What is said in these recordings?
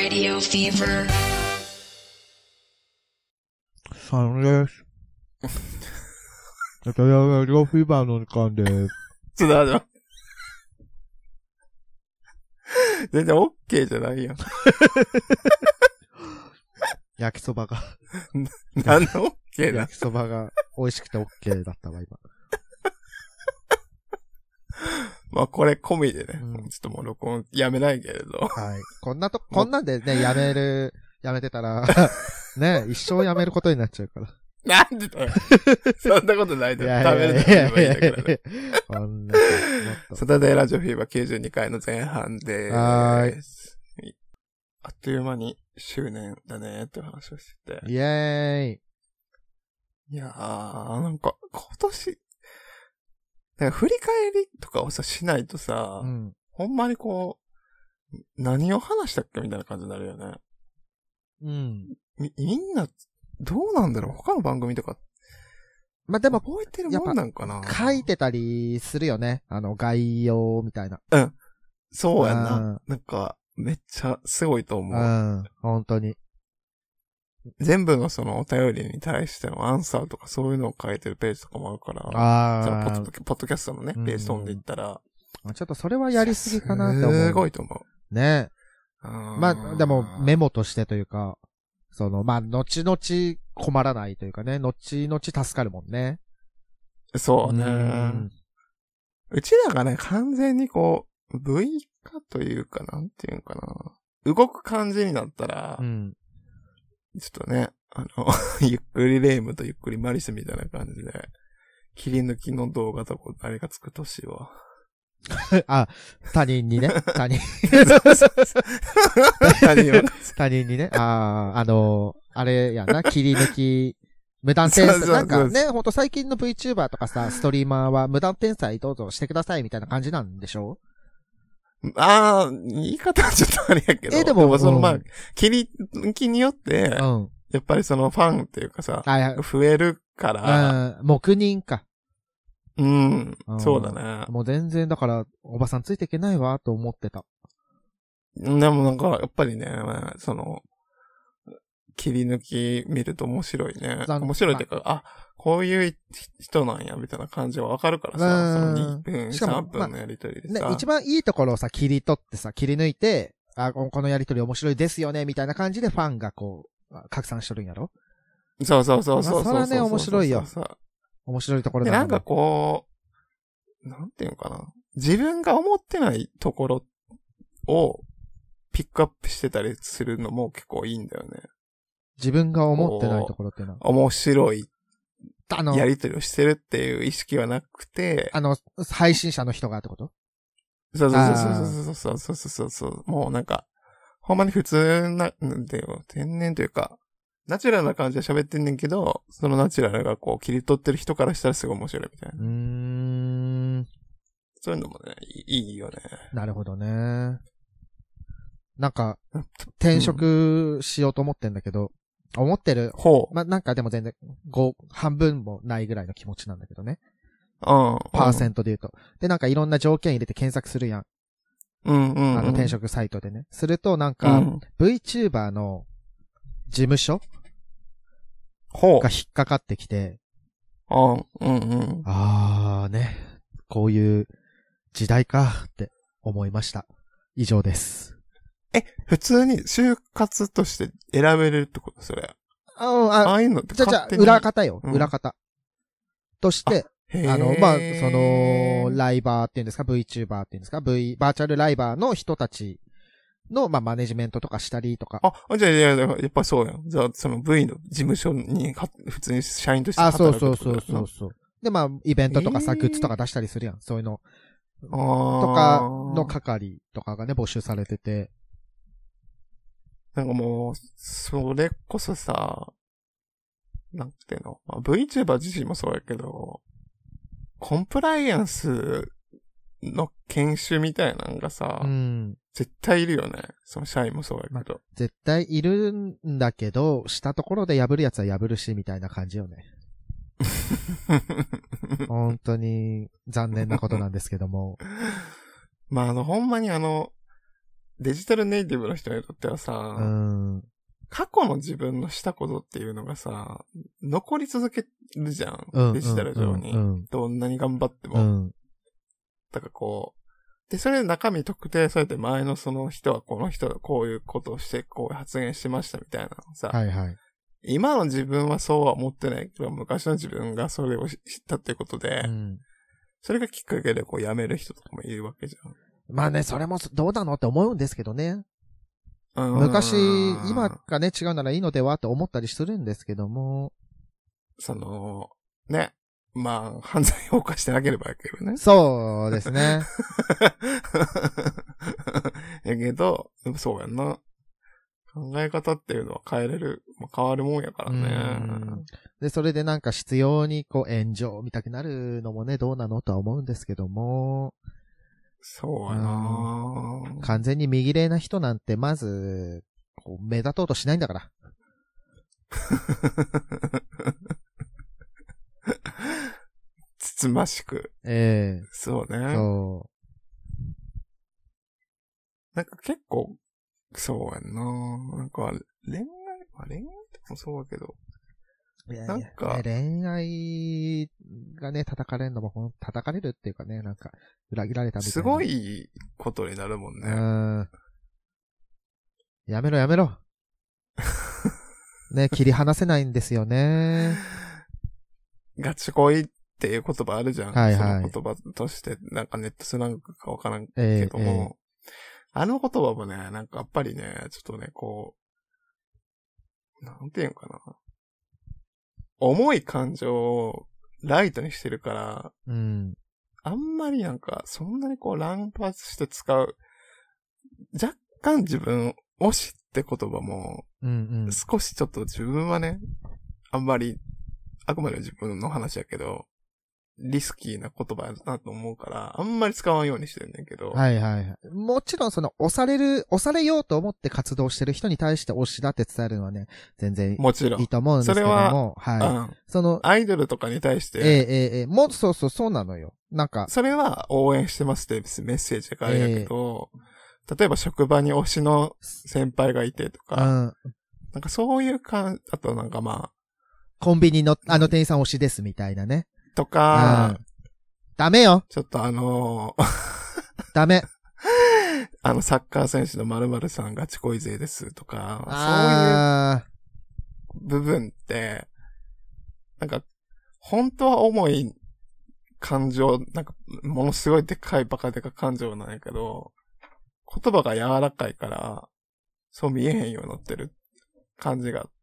Radio Fever 3です。ラジオフィーバーの時間です。 ちょっと待って。全然 OK じゃないやん。 焼きそばが。 なんで OK だ焼きそばが美味しくて OK だったわ、今。 まあこれ込みでね、 うん、 ちょっともう録音やめないけれど。 はい。こんなんでね、やめてたら、ね、一生やめることになっちゃうから。 なんでだよ。そんなことないだろ。食べるだけでもいいんだからね。 こんなサタデーラジオフィーバー92回の前半でーす。あっという間に周年だねって話をしてて。 イェーイ。 いやー、なんか今年、振り返りとかをさ、しないとさ、 うん、 ほんまにこう、何を話したっけみたいな感じになるよね。 うん。 みんな、どうなんだろう他の番組とか。 まあ、でも、 覚えてるもんなんかな書いてたりするよね。概要みたいな。 うん。そうやな。なんか、めっちゃすごいと思う。 うん。本当に。 全部のそのお便りに対してのアンサーとかそういうのを書いてるページとかもあるから。じゃあポッドキャストのね、ページ飛んでいったら。 ちょっとそれはやりすぎかなって思う。 すごいと思う。 ね。まあ、でもメモとしてというか、まあ、後々困らないというかね、後々助かるもんね。 そうね。うちらがね、完全にこう、V 化というか、なんていうんかな。動く感じになったら、ちょっとね、ゆっくりレイムとゆっくりマリスみたいな感じで、切り抜きの動画とか誰が作ってほしいわ。 あ、他人にね。他人にね。あれやな、切り抜き、無断転載。なんかね、ほんと最近の VTuber とかさ、ストリーマーは無断転載どうぞしてくださいみたいな感じなんでしょ？ 言い方はちょっとあれやけど。でもまあ、切り抜きによって、やっぱりそのファンっていうかさ、増えるから。 黙認か。 そうだね。 もう全然だから、おばさんついていけないわ、と思ってた。 でもなんか、やっぱりね、切り抜き見ると面白いね。面白いっていうか、こういう人なんや、みたいな感じはわかるからさ、その2分、3分のやりとりでさ、 一番いいところをさ、切り取ってさ、切り抜いて、このやりとり面白いですよね、みたいな感じでファンがこう、拡散しとるんやろ？ そう。それはね、面白いよ。面白いところだね。 なんかこう、なんていうのかな。自分が思ってないところをピックアップしてたりするのも結構いいんだよね。 自分が思ってないところっていうのは。 面白い。やりとりをしてるっていう意識はなくて。 配信者の人がってこと？ そう。もうなんか、ほんまに普通なんだよ。天然というか、ナチュラルな感じで喋ってんねんけど、そのナチュラルがこう切り取ってる人からしたらすごい面白いみたいな。そういうのもね、いいよね。 なるほどね。なんか、転職しようと思ってんだけど、思ってる。まあ、なんかでも全然、半分もないぐらいの気持ちなんだけどね。パーセントで言うと。で、なんかいろんな条件入れて検索するやん。転職サイトでね。するとなんか、VTuber の事務所が引っかかってきて。ね。こういう時代かって思いました。以上です。 普通に就活として選べるってことそれ。ああいうのってじゃあ、裏方よ。裏方。として、まあ、ライバーっていうんですか、VTuber っていうんですか、バーチャルライバーの人たちの、まあ、マネジメントとかしたりとか。 じゃあ、やっぱそうやん。じゃあ、その V の事務所に、普通に社員として働くってことだよな。 そう。で、まあ、イベントとかさ、グッズとか出したりするやん。そういうの。とかの係とかがね、募集されてて。 なんかもう、それこそさ、なんていうの、VTuber 自身もそうやけど、コンプライアンスの研修みたいなのがさ、絶対いるよね。その社員もそうやけど。 絶対いるんだけど、したところで破るやつは破るし、みたいな感じよね。本当に残念なことなんですけども。 まあほんまにデジタルネイティブの人にとってはさ、過去の自分のしたことっていうのがさ、残り続けるじゃん。デジタル上に。どんなに頑張っても。だからこう、で、それで中身特定されて前のその人はこの人がこういうことをしてこう発言してましたみたいなのさ。 はいはい。 今の自分はそうは思ってないけど、昔の自分がそれを知ったっていうことで、それがきっかけでこう辞める人とかもいるわけじゃん。 まあね、それもどうなのって思うんですけどね。昔、今がね、違うならいいのではと思ったりするんですけども。 ね。まあ、犯罪を犯してなければいいけどね。 そうですね。 やけど、そうやんな。考え方っていうのは変えれる、変わるもんやからね。 で、それでなんか必要にこう炎上見たくなるのもね、どうなのとは思うんですけども。 そうやな、 完全に右霊な人なんてまず、こう目立とうとしないんだから。 つつましく。そうね。 そう。 なんか結構、そうやんな。なんか恋愛とかもそうだけど。なんか、 恋愛がね、叩かれるのも、叩かれるっていうかね、なんか、裏切られたみたいな。 すごいことになるもんね。 やめろやめろ。ね、切り離せないんですよね。 ガチ恋っていう言葉あるじゃん。 はいはい。 その言葉として、なんかネットスラングかわからんけども、あの言葉もね、なんかやっぱりね、ちょっとね、こう、なんていうのかな。重い感情をライトにしてるから、あんまりなんか、そんなにこう乱発して使う、若干自分、推しって言葉も、少しちょっと自分はね、あんまり、あくまで自分の話やけど、リスキーな言葉やなと思うから、あんまり使わんようにしてるんだけど。 はいはい。もちろん押されようと思って活動してる人に対して推しだって伝えるのはね、全然もちろんいいと思うんですけども。それは、はい。 アイドルとかに対して。 そうなのよ。なんか。 それは応援してますってメッセージがあるんやけど、例えば職場に推しの先輩がいてとか、なんかそういうあとなんかまあ、 コンビニの店員さん推しですみたいなね。 とか、 ダメよ。 ちょっとダメ。 サッカー選手の〇〇さんガチ恋勢ですとか、そういう部分って、なんか、本当は重い感情、なんか、ものすごいでかいバカでか感情なんやけど、言葉が柔らかいから、そう見えへんようになってる感じがあって、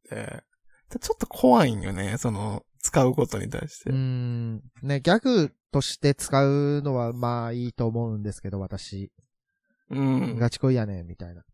ちょっと怖いんよね、使うことに対して。 ね、ギャグとして使うのはまあいいと思うんですけど、私。ガチ恋やねん、みたいな。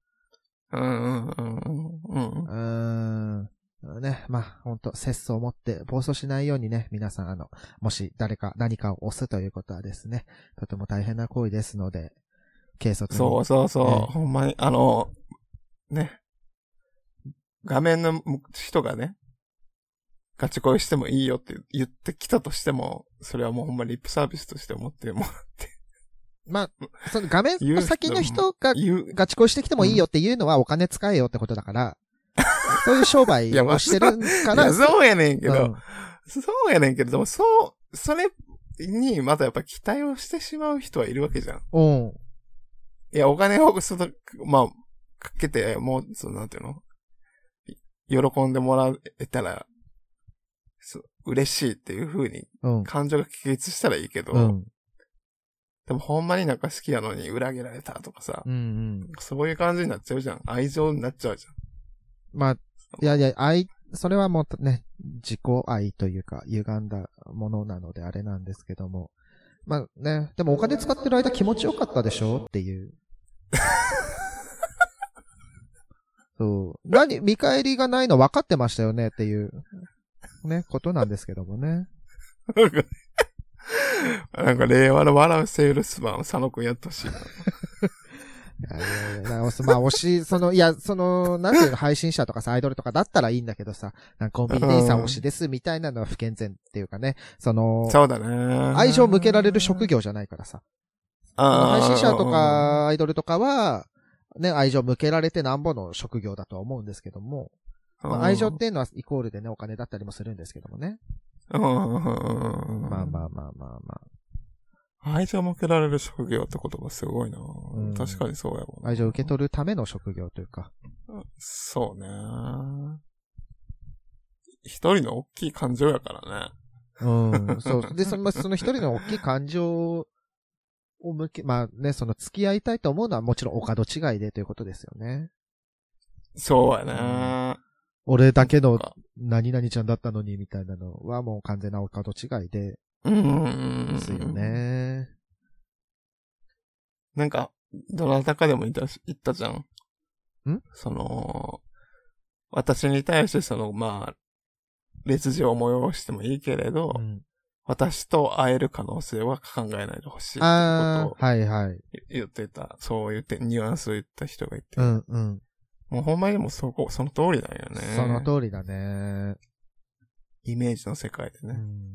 ね、まあ、ほんと、節操を持って暴走しないようにね、皆さん、もし何かを押すということはですね、とても大変な行為ですので、軽率に。 そう、ほんまに、ね、画面の人がね、ガチ恋してもいいよって言ってきたとしても、それはもうほんまリップサービスとして思ってもらって。 まあ、その画面の先の人がガチ恋してきてもいいよっていうのはお金使えよってことだから、そういう商売をしてるから。 いや、そうやねんけど、でもそれにまたやっぱ期待をしてしまう人はいるわけじゃん。いや、お金をまあ、かけて、もう、なんていうの？喜んでもらえたら、嬉しいっていう風に、感情が起結したらいいけど、でもほんまになんか好きやのに裏切られたとかさ、そういう感じになっちゃうじゃん。愛情になっちゃうじゃん。 まあ、いや、それはもうね、自己愛というか、歪んだものなのであれなんですけども。まあね、でもお金使ってる間気持ちよかったでしょっていう。そう。見返りがないの分かってましたよねっていう、ね、ことなんですけどもね。 なんか令和の笑うセールスマンを佐野くんやってほしいな。 まあ、推し、なんていうの、配信者とかさ、アイドルとかだったらいいんだけどさ、なんかコンビニ店員さん推しですみたいなのは不健全っていうかね、 そうだね。 愛情向けられる職業じゃないからさ。配信者とかアイドルとかは、 ね、愛情向けられてなんぼの職業だとは思うんですけども、まあ、愛情っていうのはイコールでね、お金だったりもするんですけどもね。まあまあまあまあまあ。愛情向けられる職業って言葉すごいな、確かにそうやもん。 愛情を受け取るための職業というか。 そうね。一人の大きい感情やからね。そう。で、その一人の大きい感情をまあね、その付き合いたいと思うのはもちろんお門違いでということですよね。 そうやね。 俺だけの何々ちゃんだったのにみたいなのはもう完全なお門違いで。ですよね。 なんか、どなたかでも言ったじゃん。私に対してまあ、劣似を催してもいいけれど、私と会える可能性は考えないでほしいってことをはいはい。 言ってた。そう言って、ニュアンスを言った人がいて。もうほんまにもうその通りだよね。 その通りだね。 イメージの世界でね。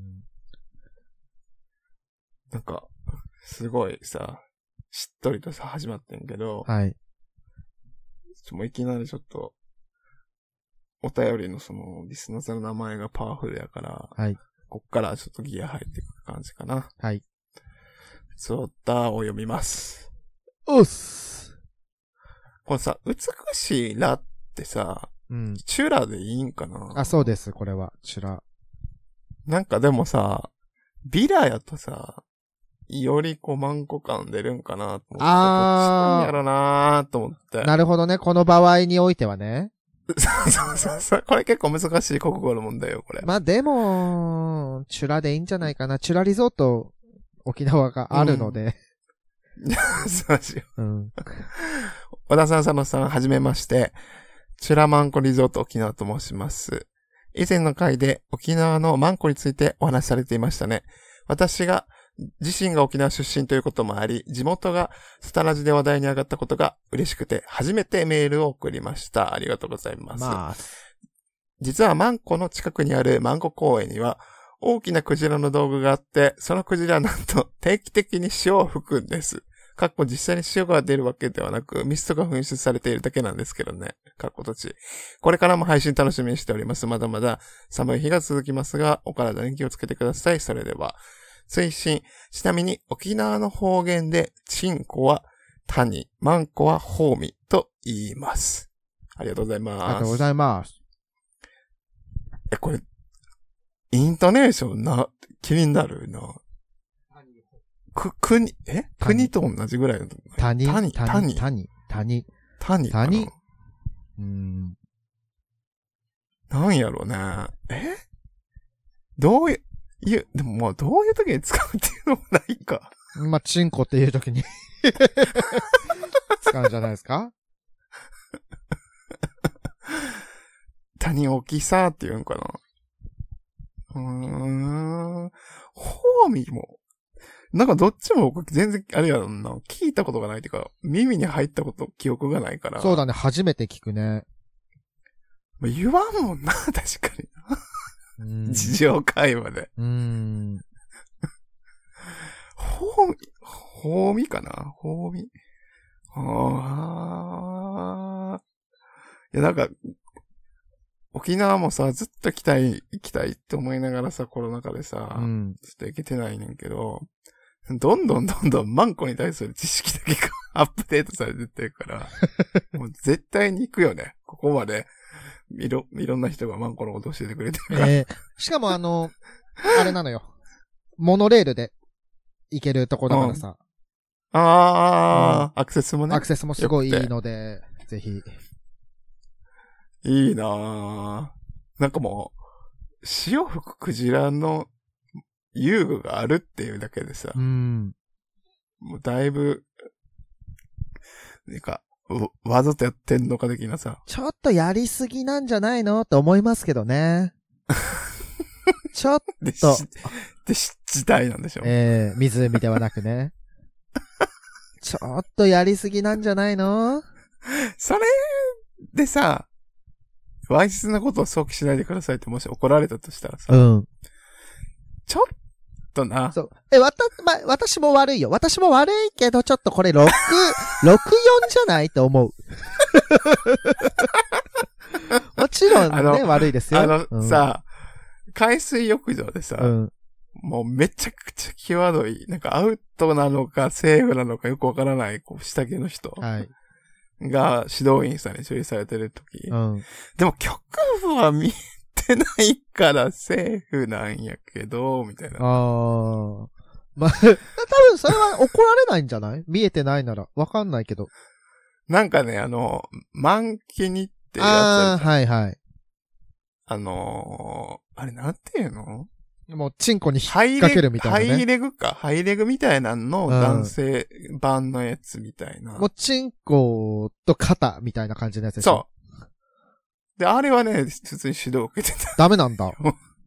なんか、すごいさ、しっとりとさ、始まってんけど、 はい。 もういきなりちょっと、お便りのリスナーさんの名前がパワフルやから、 はい。 こっからちょっとギア入っていく感じかな。 はい。 そうだを読みます。 おっす。 このさ、美しいらってさ、チュラでいいんかな？ あ、そうです、これは、チュラ。 なんかでもさ、ビラやとさ、よりマンコ感出るんかなと思って。どっちなんやろなと思って。 なるほどね、この場合においてはね。 そう。これ結構難しい国語の問題よ、これ。 まあでも、チュラでいいんじゃないかな。チュラリゾート、沖縄があるので。 そうしよう。小田さん、佐野さん、はじめまして。チュラマンコリゾート沖縄と申します。以前の回で沖縄のマンコについてお話しされていましたね。私が自身が沖縄出身ということもあり、地元がスタラジで話題に上がったことが嬉しくて、初めてメールを送りました。ありがとうございます。実はマンコの近くにあるマンコ公園には、大きなクジラの道具があって、そのクジラはなんと定期的に潮を吹くんです。実際に潮が出るわけではなく、ミストが噴出されているだけなんですけどね。これからも配信楽しみにしております。まだまだ寒い日が続きますが、お体に気をつけてください。それでは。推進。ちなみに沖縄の方言でチンコは谷、マンコはホーミと言います。ありがとうございます。 ありがとうございます。 これ、イントネーション気になるな。国と同じぐらいの。 谷。 なんやろうね。どういう、でもどういう時に使うっていうのもないか。 まあ、チンコっていう時に使うんじゃないですか？ 谷大きさって言うんかな。ホーミーも、なんかどっちも僕全然、あれやろな、聞いたことがないっていうか、耳に入った記憶がないから。 そうだね、初めて聞くね。 言わんもんな、確かに。事情会話で。ホーミかな？ホーミ。いや、なんか、沖縄もさ、ずっと行きたいって思いながらさ、コロナ禍でさ、ずっと行けてないねんけど、どんどんマンコに対する知識だけがアップデートされてってるから、もう絶対に行くよね。ここまで、いろんな人がマンコのことを教えてくれてるから。 しかもあれなのよ。モノレールで行けるとこだからさ。 アクセスもね。 アクセスもすごいいいので、ぜひ。 いいなぁ。なんかもう、潮吹くクジラの遊具があるっていうだけでさ。もうだいぶ、なんか、わざとやってんのか的なさ。 ちょっとやりすぎなんじゃないのって思いますけどね。ちょっと。 で、湿地帯なんでしょ。 湖ではなくね。ちょっとやりすぎなんじゃないの？ それでさ、わいせつなことを想起しないでくださいってもし怒られたとしたらさ、 ちょっとな。 そう。私も悪いよ。私も悪いけど、ちょっとこれ64じゃないと思う。もちろんね、悪いですよ。 さ、海水浴場でさ、もうめちゃくちゃ際どい、なんかアウトなのかセーフなのかよくわからない、こう、下着の人。はい。が指導員さんに処理されてるとき。でも局部は見てないからセーフなんやけど、みたいな。 多分それは怒られないんじゃない？見えてないなら。わかんないけど。 なんかね、満期にっていうやつはいはい。 あれなんていうの？ もう、チンコに引っ掛けるみたいな、ね。 ハイレグか。ハイレグみたいなの男性版のやつみたいな。 もう、チンコと肩みたいな感じのやつでしょ。 そう。で、あれはね、普通に指導を受けてた。 ダメなんだ。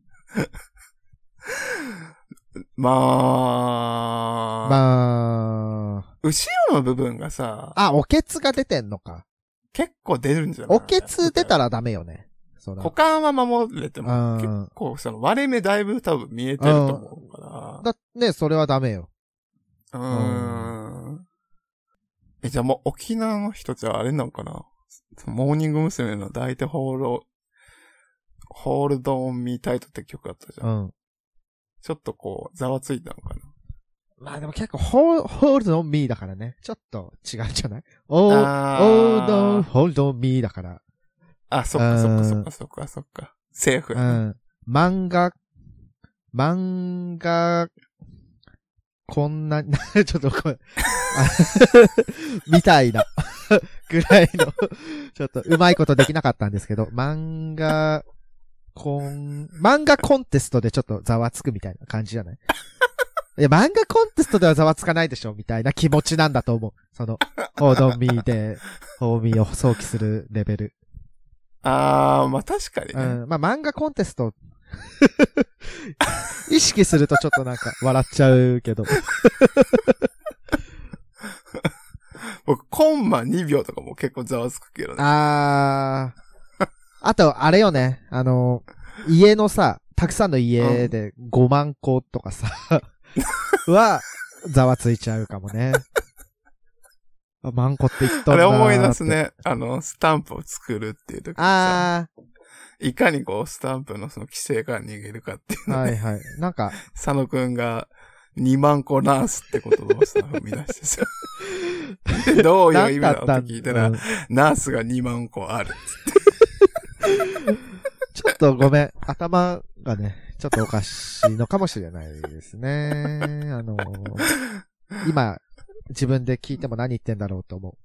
後ろの部分がさ。 おけつが出てんのか。 結構出るんじゃない？ おけつ出たらダメよね。 股間は守れても、結構割れ目だいぶ多分見えてると思うから。 ね、それはダメよ。 じゃあもう沖縄の人じゃあれなんかな？モーニング娘。の抱いてホールドオンミータイトって曲あったじゃん。ちょっとこう、ざわついたのかな。 まあでも結構、ホールドオンミーだからね。ちょっと違うんじゃない？ホールドオンミーだから。 そっか。セーフ。 漫画、こんな、ちょっとこれ、みたいな、ぐらいの、ちょっとうまいことできなかったんですけど、漫画コンテストでちょっとざわつくみたいな感じじゃない？いや、漫画コンテストではざわつかないでしょみたいな気持ちなんだと思う。ホードミーで、ホーミーを想起するレベル。 まあ確かにね。 まあ漫画コンテスト、意識するとちょっとなんか笑っちゃうけど。 僕、コンマ2秒とかも結構ざわつくけどね。 あと、あれよね。家のさ、たくさんの家で5万個とかさ、は、ざわついちゃうかもね。万個って言っとんなーって。 あれ思い出すね。スタンプを作るっていう時にさ。いかにこう、スタンプのその規制から逃げるかっていうの、ね。 はいはい。なんか、 佐野くんが2万個ナースって言葉をさ、生み出してさ。で、どういう意味だろうって聞いたら、ナースが2万個あるっつって。 ちょっとごめん。頭がね、ちょっとおかしいのかもしれないですね。今、自分で聞いても何言ってんだろうと思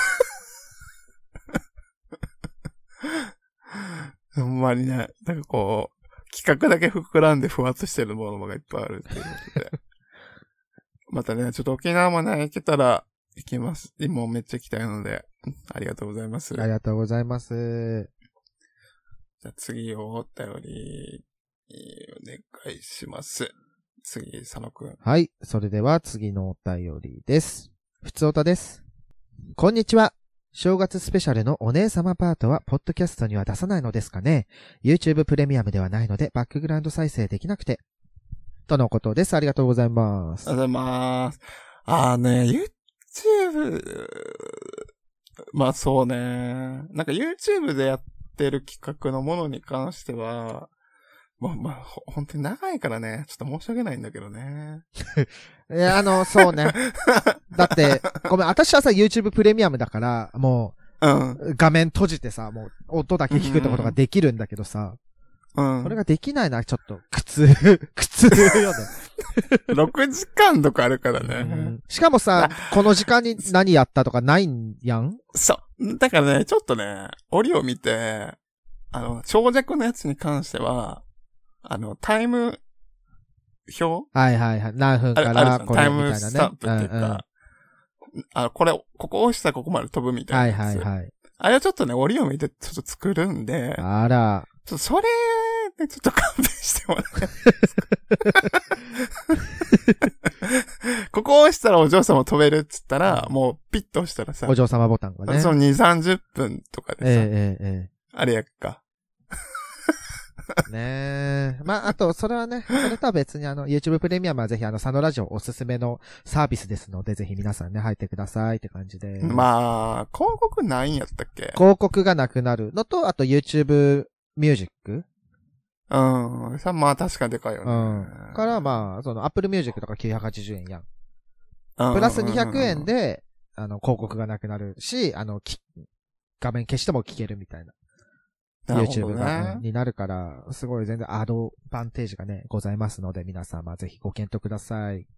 う。ほんまにね、なんかこう、企画だけ膨らんでふわっとしてるものがいっぱいあるっていうことで。またね、ちょっと沖縄もね、行けたら行きます。今めっちゃ行きたいので、ありがとうございます。 ありがとうございます。 じゃあ次お便り、お願いします。次、佐野くん。 はい。それでは次のお便りです。ふつおたです。こんにちは。正月スペシャルのお姉様パートは、ポッドキャストには出さないのですかね？ YouTube プレミアムではないので、バックグラウンド再生できなくて。とのことです。ありがとうございます。 ありがとうございます。YouTube、まあそうね。なんか YouTube でやってる企画のものに関しては、本当に長いからね、ちょっと申し訳ないんだけどね。 いや、そうね。だって、ごめん、私はさ、YouTube プレミアムだから、もう、画面閉じてさ、もう、音だけ聞くってことができるんだけどさ、それができないのはちょっと、苦痛よね。 6時間とかあるからね。 しかもさ、この時間に何やったとかないんやん？ そう。だからね、ちょっとね、折を見て、長尺のやつに関しては、タイム表？ はいはいはい。何分からこれみたいなね。タイムスタンプっていうか、ここ押したらここまで飛ぶみたいなやつ。はいはいはい。あれはちょっとね、折を見てちょっと作るんで。 あら。 それ、ね、ちょっと勘弁してもらえないここ押したらお嬢様飛べるっつったら、もうピッと押したらさ。 お嬢様ボタンがね。 その2、30分とかでさ。あれやっか。 ねえ。まあ、あと、それはね、それとは別にYouTube プレミアムはぜひ佐野ラジオおすすめのサービスですので、ぜひ皆さんね、入ってくださいって感じで。 まあ、広告ないんやったっけ？ 広告がなくなるのと、あと YouTube ミュージック？ うん。まあ確かにでかいよね。 うん。からまあ、Apple Music とか980円やん。プラス200円で、広告がなくなるし、画面消しても聞けるみたいな。YouTube が、になるから、すごい全然アドバンテージがね、ございますので、皆様ぜひご検討ください。い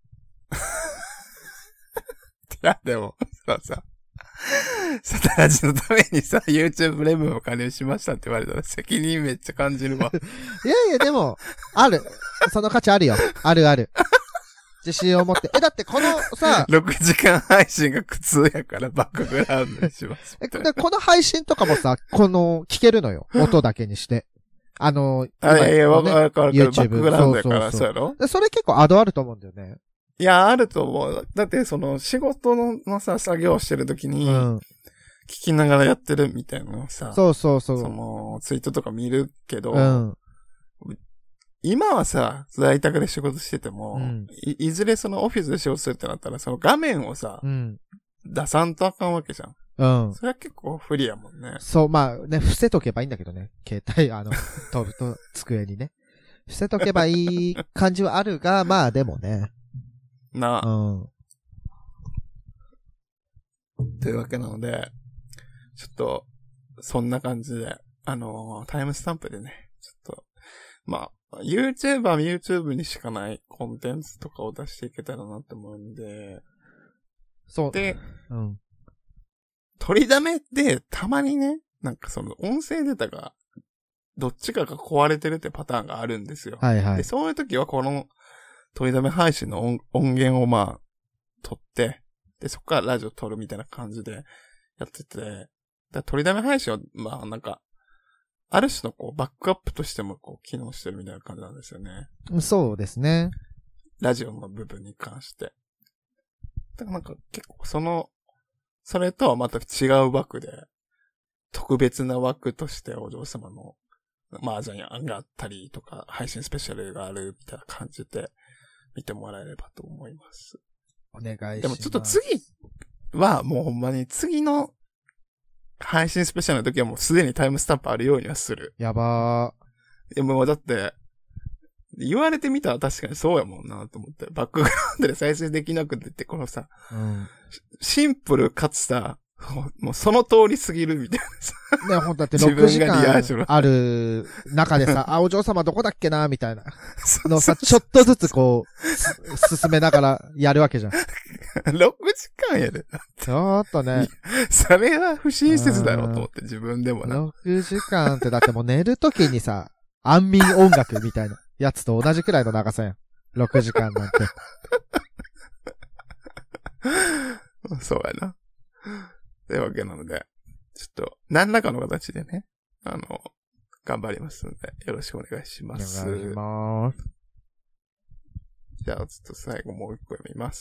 や、でも、さ、サタラジのためにさ、YouTube プレミアムを加入しましたって言われたら責任めっちゃ感じるわ。 いやいや、でも、ある。その価値あるよ。あるある。自信を持って。だってこのさ、 6時間配信が苦痛やからバックグラウンドにします。 で、この配信とかもさ、聞けるのよ。音だけにして。 いや、わかる。 YouTube バックグラウンドやから、そうやろ？ それ結構アドあると思うんだよね。 いや、あると思う。だって、仕事のさ、作業してるときに、聞きながらやってるみたいなのをさ、 そう。 ツイートとか見るけど、今はさ、在宅で仕事してても、いずれオフィスで仕事するってなったら、その画面をさ、出さんとあかんわけじゃん。それは結構不利やもんね。 そう、まあね、伏せとけばいいんだけどね。携帯、机にね。伏せとけばいい感じはあるが、まあでもね。 というわけなので、ちょっと、そんな感じで、タイムスタンプでね、ちょっと、まあ、YouTube は YouTube にしかないコンテンツとかを出していけたらなって思うんで、 そう。 で、取りだめで、たまにね、なんか音声データが、どっちかが壊れてるってパターンがあるんですよ。 はいはい。 で、そういう時はこの、取りだめ配信の音源をまあ、取って、で、そこからラジオ撮るみたいな感じでやってて、取りだめ配信は、まあなんか、ある種のバックアップとしても機能してるみたいな感じなんですよね。 そうですね。 ラジオの部分に関して。だからなんか結構それとはまた違う枠で、特別な枠としてお嬢様の麻雀があったりとか、配信スペシャルがあるみたいな感じで見てもらえればと思います。 お願いします。 でもちょっと次はもうほんまに次の配信スペシャルの時はもうすでにタイムスタンプあるようにはする。 やばー。でもだって、言われてみたら確かにそうやもんなと思って。バックグラウンドで再生できなくてって、このさ、シンプルかつさ、もうその通りすぎるみたいなさ。 ね、ほんとだって6時間ある中でさ、お嬢様どこだっけなみたいなのさ、ちょっとずつ進めながらやるわけじゃん。 6時間やで。 ちょっとね。 それは不親切だろうと思って自分でもな。 6時間ってだってもう寝るときにさ、安眠音楽みたいなやつと同じくらいの長さやん。6時間なんて。 そうやな。というわけなので、ちょっと何らかの形でね、頑張りますので、よろしくお願いします。 お願いします。 じゃあ、ちょっと最後もう一個読みます。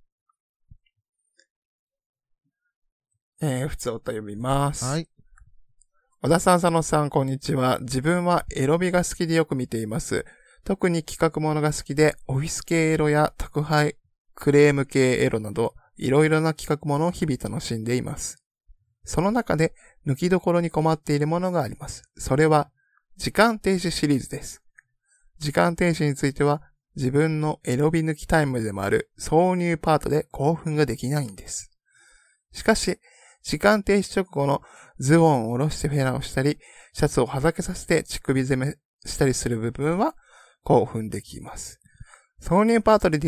普通お便り読みます。 はい。 小田さん、佐野さん、こんにちは。自分はエロビが好きでよく見ています。特に企画ものが好きで、オフィス系エロや宅配、クレーム系エロなど、いろいろな企画ものを日々楽しんでいます。その中で、抜きどころに困っているものがあります。それは、時間停止シリーズです。時間停止については、自分のエロビ抜きタイムでもある挿入パートで興奮ができないんです。しかし、時間停止直後のズボンを下ろしてフェラをしたり、シャツをはざけさせて乳首攻めしたりする部分は興奮できます。挿入パートで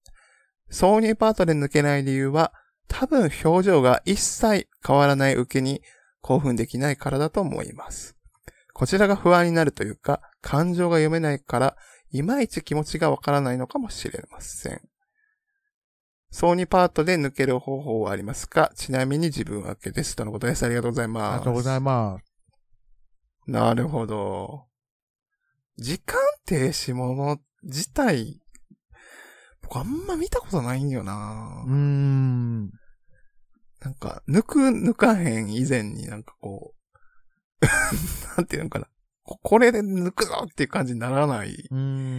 抜けない理由は、多分表情が一切変わらない受けに興奮できないからだと思います。こちらが不安になるというか、感情が読めないから、いまいち気持ちがわからないのかもしれません。挿入パートで抜ける方法はありますか？ちなみに自分は OK です。とのことです。ありがとうございます。 ありがとうございます。 なるほど。時間停止もの自体、僕あんま見たことないんよな。なんか、抜かへん以前になんかなんていうのかな。 これで抜くぞっていう感じにならない。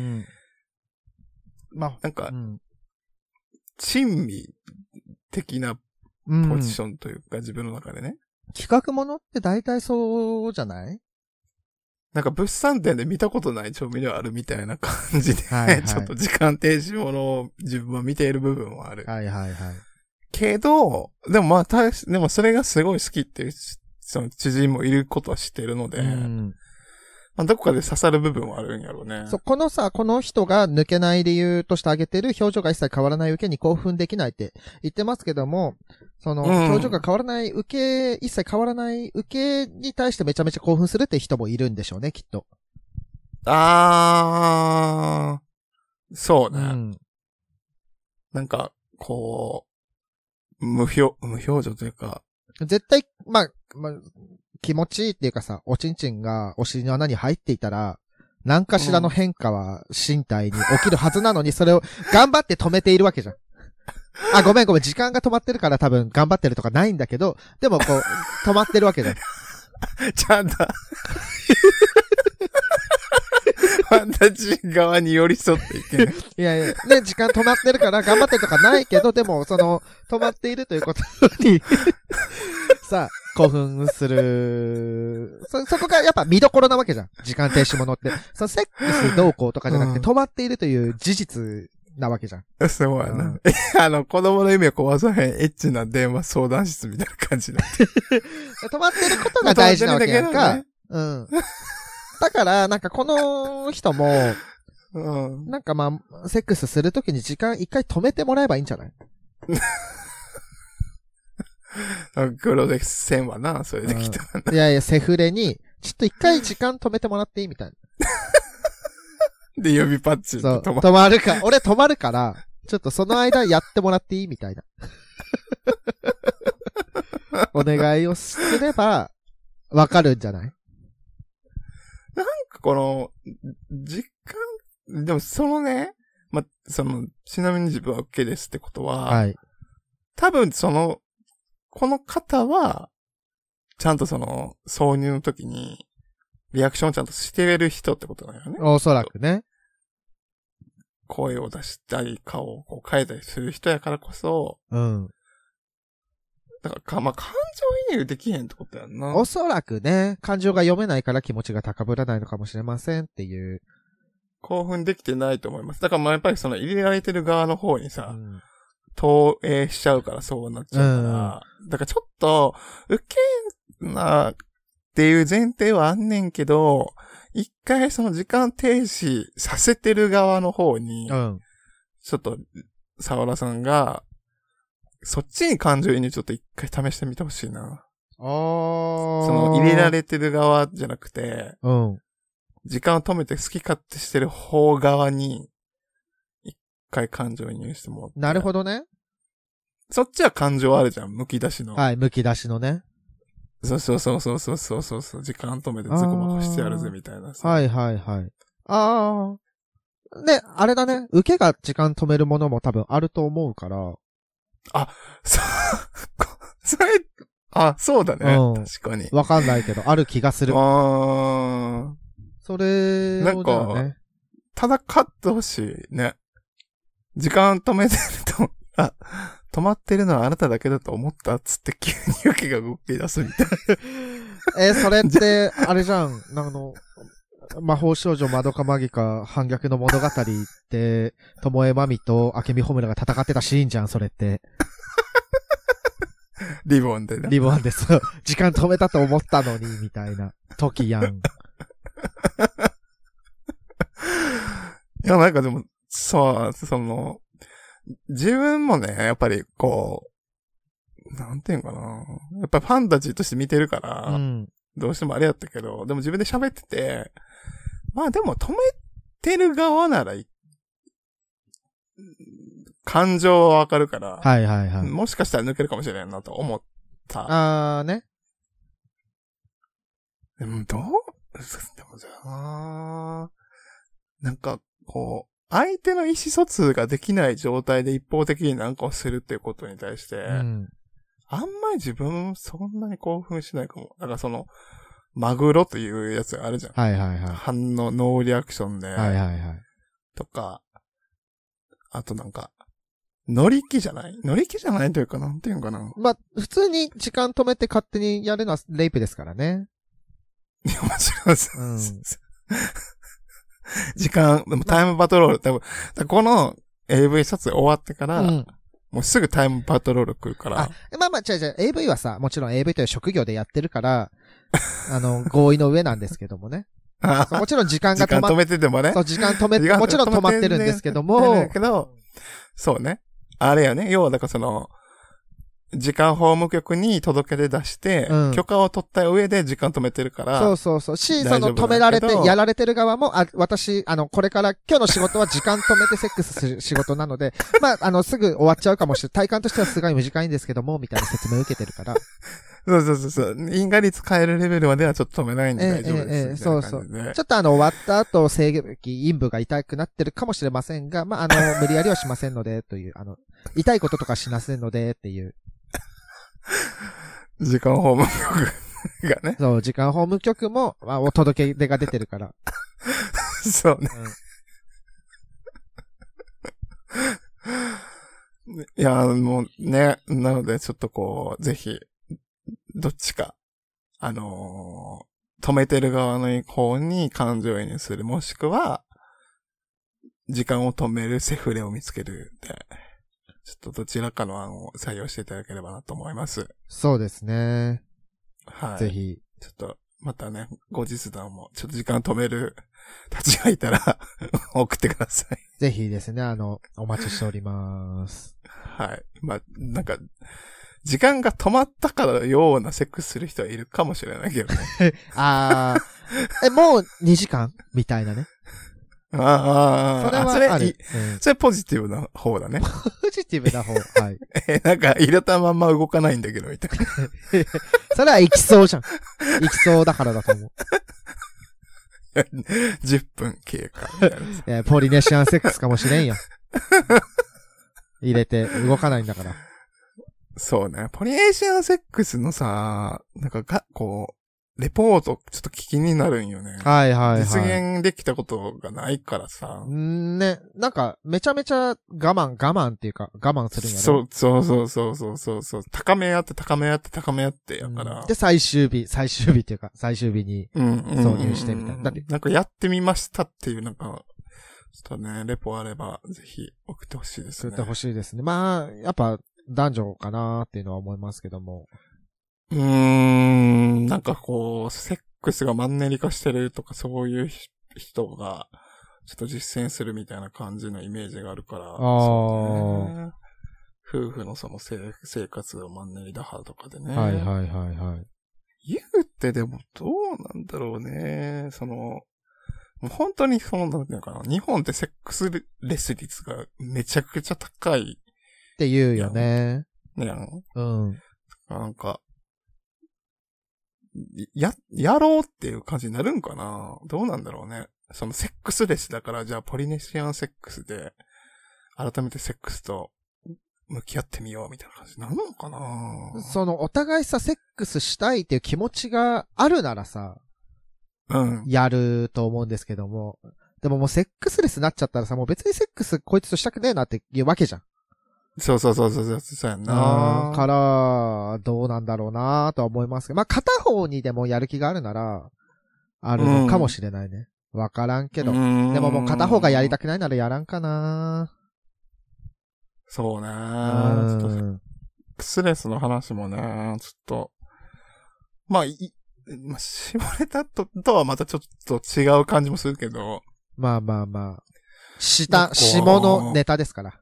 まあ、 なんか、珍味的なポジションというか、自分の中でね。 企画ものって大体そうじゃない？ なんか物産展で見たことない調味料あるみたいな感じで、はいはい、ちょっと時間停止ものを自分は見ている部分はある。 はいはいはい。 けど、でもまあ、でもそれがすごい好きっていう、その知人もいることは知ってるので、まあ、どこかで刺さる部分はあるんやろうね。 そう、この人が抜けない理由として挙げてる表情が一切変わらない受けに興奮できないって言ってますけども、その、表情が変わらない受け、一切変わらない受けに対してめちゃめちゃ興奮するって人もいるんでしょうね、きっと。 そうね。なんか、こう、無表情というか。 絶対、まあ、気持ちいいっていうかさ、おちんちんがお尻の穴に入っていたら、何かしらの変化は身体に起きるはずなのに、それを頑張って止めているわけじゃん。あ、ごめん、時間が止まってるから多分頑張ってるとかないんだけど、でもこう、止まってるわけじゃん。 ちゃんと。ファンタジー側に寄り添っていけない。 いやいや、ね、時間止まってるから頑張ってるとかないけど、でも、その、止まっているということに、さあ、興奮する。そこがやっぱ見どころなわけじゃん。時間停止ものって。そのセックス動向とかじゃなくて、止まっているという事実なわけじゃん。 そうやな。子供の夢を壊さへんエッチな電話相談室みたいな感じになって。 止まってることが大事なわけやんか。だから、なんかこの人も、なんかまあ、セックスするときに時間一回止めてもらえばいいんじゃない？ 黒で線はな、それできたいやいや、セフレに、ちょっと一回時間止めてもらっていいみたいな。で、指パッチンそう、止まるか、俺止まるから、ちょっとその間やってもらっていいみたいな。お願いをすれば、わかるんじゃない？ なんかこの、時間、でもそのね、ちなみに自分は受けですってことは、はい。多分この方は、ちゃんと挿入の時に、リアクションをちゃんとしてれる人ってことだよね。 おそらくね。 声を出したり、顔をこう変えたりする人やからこそ、だからまあ、感情移入できへんってことやんな。 おそらくね、感情が読めないから気持ちが高ぶらないのかもしれませんっていう。 興奮できてないと思います。だからまあやっぱり入れられてる側の方にさ、投影しちゃうからそうなっちゃうから、だからちょっと、受けなっていう前提はあんねんけど、一回時間停止させてる側の方に、ちょっと、沢田さんが、そっちに感情移入ちょっと一回試してみてほしいな。入れられてる側じゃなくて、時間を止めて好き勝手してる方側に、一回感情移入してもらって。 なるほどね。 そっちは感情あるじゃん、剥き出しの。 はい、剥き出しのね。 そう。時間止めてズコマかしてやるぜ、みたいなさ。 はい。ね、あれだね。受けが時間止めるものも多分あると思うから。 そうだね。確かに。 わかんないけど、ある気がする。それを、 なんか、ただ勝ってほしいね。時間止めてると、止まってるのはあなただけだと思ったっつって急に受けが動き出すみたいな。それって、あれじゃん。魔法少女まどかマギカ反逆の物語って、ともえまみと明美ホムラが戦ってたシーンじゃん、それって。 リボンでね。 リボンです。時間止めたと思ったのに、みたいな。時やん。 いや、なんかでも、自分もね、やっぱりこう、なんていうかな。やっぱりファンタジーとして見てるから、どうしてもあれやったけど、でも自分で喋ってて、まあでも止めてる側なら、感情はわかるから、もしかしたら抜けるかもしれないなと思った。 ね。 でもじゃあ、なんか、こう、相手の意思疎通ができない状態で一方的に何かをするっていうことに対して、あんまり自分そんなに興奮しないかも。だからマグロというやつがあるじゃん。 はいはいはい。 反応、ノーリアクションで。 はいはいはい。 とか、あとなんか、乗り気じゃないというか、なんていうのかな。 まあ、普通に時間止めて勝手にやるのはレイプですからね。 いや、もちろんです。うん、時間、でもタイムパトロール、多分、この AV 撮影終わってから、もうすぐタイムパトロール来るから。 まあまあ、違う、AV はさ、もちろん AV という職業でやってるから、合意の上なんですけどもね。もちろん時間が止めててもね。 そう、時間止めて、もちろん止まってるんですけども。 そうね。あれやね。要は、だからその、時間法務局に届け出出して、許可を取った上で時間止めてるから。 そうそうそう。その止められて、やられてる側も、私、これから今日の仕事は時間止めてセックスする仕事なので、まあ、すぐ終わっちゃうかもしれない。体感としてはすごい短いんですけども、みたいな説明を受けてるから。 そう。因果率変えるレベルまではちょっと止めないんで大丈夫です。 そう。ちょっと終わった後、性器、陰部が痛くなってるかもしれませんが、まあ、無理やりはしませんので、という、痛いこととかしませんので、っていう。 時間法務局がね。 そう、時間法務局も、お届け出が出てるから。 そうね。いや、もうね、なのでちょっとこう、ぜひ、どっちか、止めてる側の方に感情移入する、もしくは、時間を止めるセフレを見つけるで、ちょっとどちらかの案を採用していただければなと思います。 そうですね。 はい。 ぜひ。 ちょっと、またね、後日談も、ちょっと時間止めるたちがいたら送ってください。 ぜひですね、お待ちしております。 はい。まあ、なんか、時間が止まったからようなセックスする人はいるかもしれないけどね。 もう2時間みたいなね。 それはある。それポジティブな方だね。 ポジティブな方。はい。 なんか入れたまんま動かないんだけど、みたいな。 それは行きそうじゃん。行きそうだからだと思う。 10分経過みたいな。ポリネシアンセックスかもしれんよ。入れて動かないんだから。 そうね。ポリネシアンセックスのさ、なんかこう、レポートちょっと気になるんよね。 はいはいはい。 実現できたことがないからさ。 ね、なんかめちゃめちゃ我慢っていうか我慢するんやろ。 そう。高め合ってやから。 で、最終日っていうか、最終日に挿入してみたいな。だって、 なんかやってみましたっていうなんか、ちょっとね、レポあればぜひ送ってほしいですね。 送ってほしいですね。まあ、やっぱ男女かなーっていうのは思いますけども。 なんかこう、セックスがマンネリ化してるとかそういう人が、ちょっと実践するみたいな感じのイメージがあるから、夫婦のその生活をマンネリ打破とかでね。 はい。 言うってでもどうなんだろうね。もう本当になんていうのかな。日本ってセックスレス率がめちゃくちゃ高い。 って言うよね。 なんか、やろうっていう感じになるんかな？どうなんだろうね。セックスレスだから、じゃあポリネシアンセックスで、改めてセックスと向き合ってみようみたいな感じになるのかな？ お互いさ、セックスしたいっていう気持ちがあるならさ、やると思うんですけども、でももうセックスレスになっちゃったらさ、もう別にセックスこいつとしたくねえなっていうわけじゃん。 そうやんな。 から、どうなんだろうなとは思いますけど、まあ、片方にでもやる気があるなら、あるのかもしれないね。わからんけど。でももう片方がやりたくないならやらんかな。 そうね。ちょっとセックスレスの話もね、ちょっと、まあ、絞れたとはまたちょっと違う感じもするけど。 まあ。下のネタですから。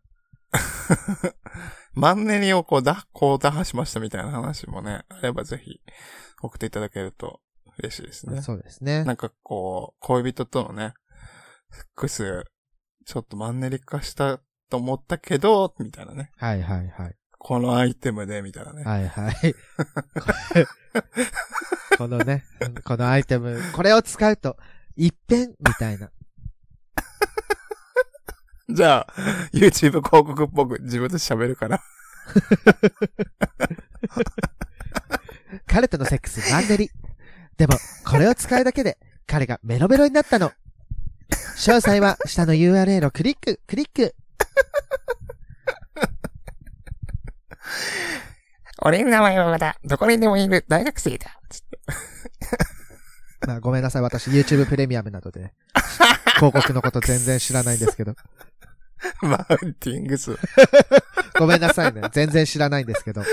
マンネリをこう打破しましたみたいな話もね、あればぜひ送っていただけると嬉しいですね。 そうですね。 なんかこう、恋人とのね、セックス、ちょっとマンネリ化したと思ったけど、みたいなね。 はい。 このアイテムで、みたいなね。 はい。このアイテム、これを使うと、一変みたいな。 じゃあ、YouTube 広告っぽく自分で喋るから。 彼とのセックスマンネリ。 でも、これを使うだけで、彼がメロメロになったの。詳細は下の URL をクリック。 俺の名前はまだ、どこにでもいる大学生だ。 まあ、ごめんなさい。私 YouTube プレミアムなどで、ね、広告のこと全然知らないんですけど。 マウンティングス。 ごめんなさいね。全然知らないんですけど。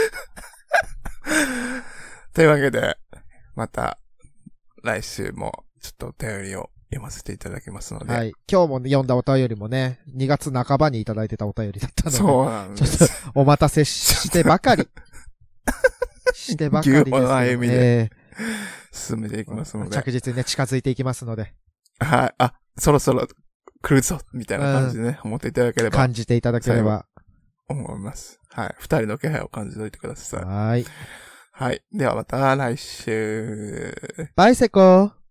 というわけで、また、来週もちょっとお便りを読ませていただきますので。 はい。今日も読んだお便りもね、2月半ばにいただいてたお便りだったので。 そうなんです。 ちょっと、お待たせしてばかり。してばかりです、ね。 牛歩の歩みで、進めていきますので。 着実にね、近づいていきますので。 はい。あ、そろそろ来るぞみたいな感じでね、思っていただければ。 感じていただければ。 思います。はい。二人の気配を感じておいてください。 はい。 はい。ではまた来週。 バイセコー。